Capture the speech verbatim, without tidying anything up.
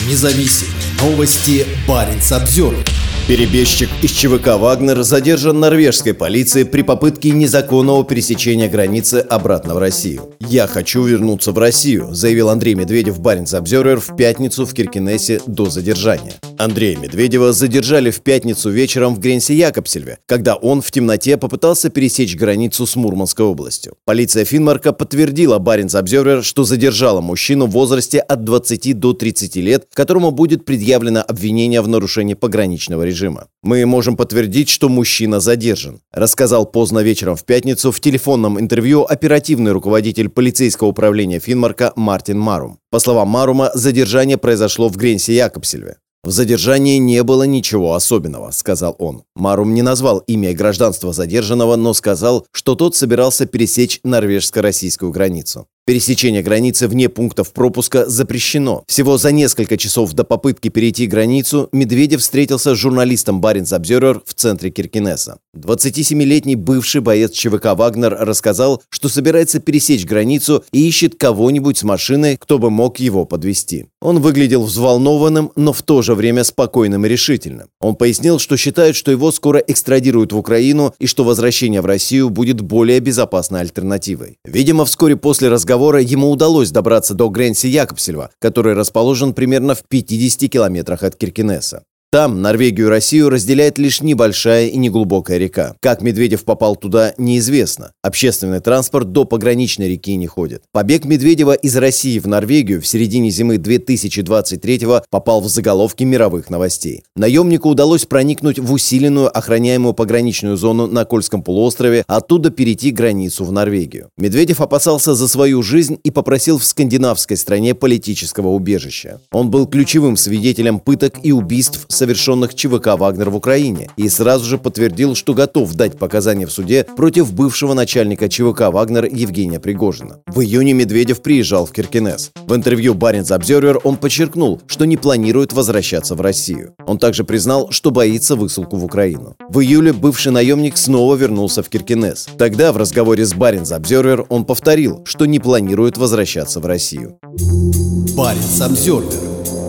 независим. Новости Баренц-Обзервер. Перебежчик из ЧВК «Вагнер» задержан норвежской полицией при попытке незаконного пересечения границы обратно в Россию. «Я хочу вернуться в Россию», заявил Андрей Медведев в Баренц-Обзервер в пятницу в Киркенесе до задержания. Андрея Медведева задержали в пятницу вечером в Гренсе-Якобсельве, когда он в темноте попытался пересечь границу с Мурманской областью. Полиция Финмарка подтвердила Баренц-Обзервер, что задержала мужчину в возрасте от двадцати до тридцати лет, которому будет предъявлено обвинение в нарушении пограничного режима. «Мы можем подтвердить, что мужчина задержан», рассказал поздно вечером в пятницу в телефонном интервью оперативный руководитель полицейского управления Финмарка Мартин Марум. По словам Марума, задержание произошло в Гренсе-Якобсельве. «В задержании не было ничего особенного», — сказал он. Марум не назвал имя и гражданство задержанного, но сказал, что тот собирался пересечь норвежско-российскую границу. Пересечение границы вне пунктов пропуска запрещено. Всего за несколько часов до попытки перейти границу Медведев встретился с журналистом Баренц-Обзервер в центре Киркенеса. двадцатисемилетний бывший боец ЧВК «Вагнер» рассказал, что собирается пересечь границу и ищет кого-нибудь с машиной, кто бы мог его подвезти. Он выглядел взволнованным, но в то же время спокойным и решительным. Он пояснил, что считает, что его скоро экстрадируют в Украину и что возвращение в Россию будет более безопасной альтернативой. Видимо, вскоре после разговора ему удалось добраться до Гренсе-Якобсельва, который расположен примерно в пятидесяти километрах от Киркенеса. Там Норвегию и Россию разделяет лишь небольшая и неглубокая река. Как Медведев попал туда, неизвестно. Общественный транспорт до пограничной реки не ходит. Побег Медведева из России в Норвегию в середине зимы две тысячи двадцать третьего попал в заголовки мировых новостей. Наемнику удалось проникнуть в усиленную охраняемую пограничную зону на Кольском полуострове, оттуда перейти границу в Норвегию. Медведев опасался за свою жизнь и попросил в скандинавской стране политического убежища. Он был ключевым свидетелем пыток и убийств, совершенных ЧВК «Вагнер» в Украине, и сразу же подтвердил, что готов дать показания в суде против бывшего начальника ЧВК «Вагнер» Евгения Пригожина. В июне Медведев приезжал в Киркенес. В интервью Баренц-Обзервер он подчеркнул, что не планирует возвращаться в Россию. Он также признал, что боится высылку в Украину. В июле бывший наемник снова вернулся в Киркенес. Тогда в разговоре с Баренц-Обзервер он повторил, что не планирует возвращаться в Россию. Баренц-Обзервер.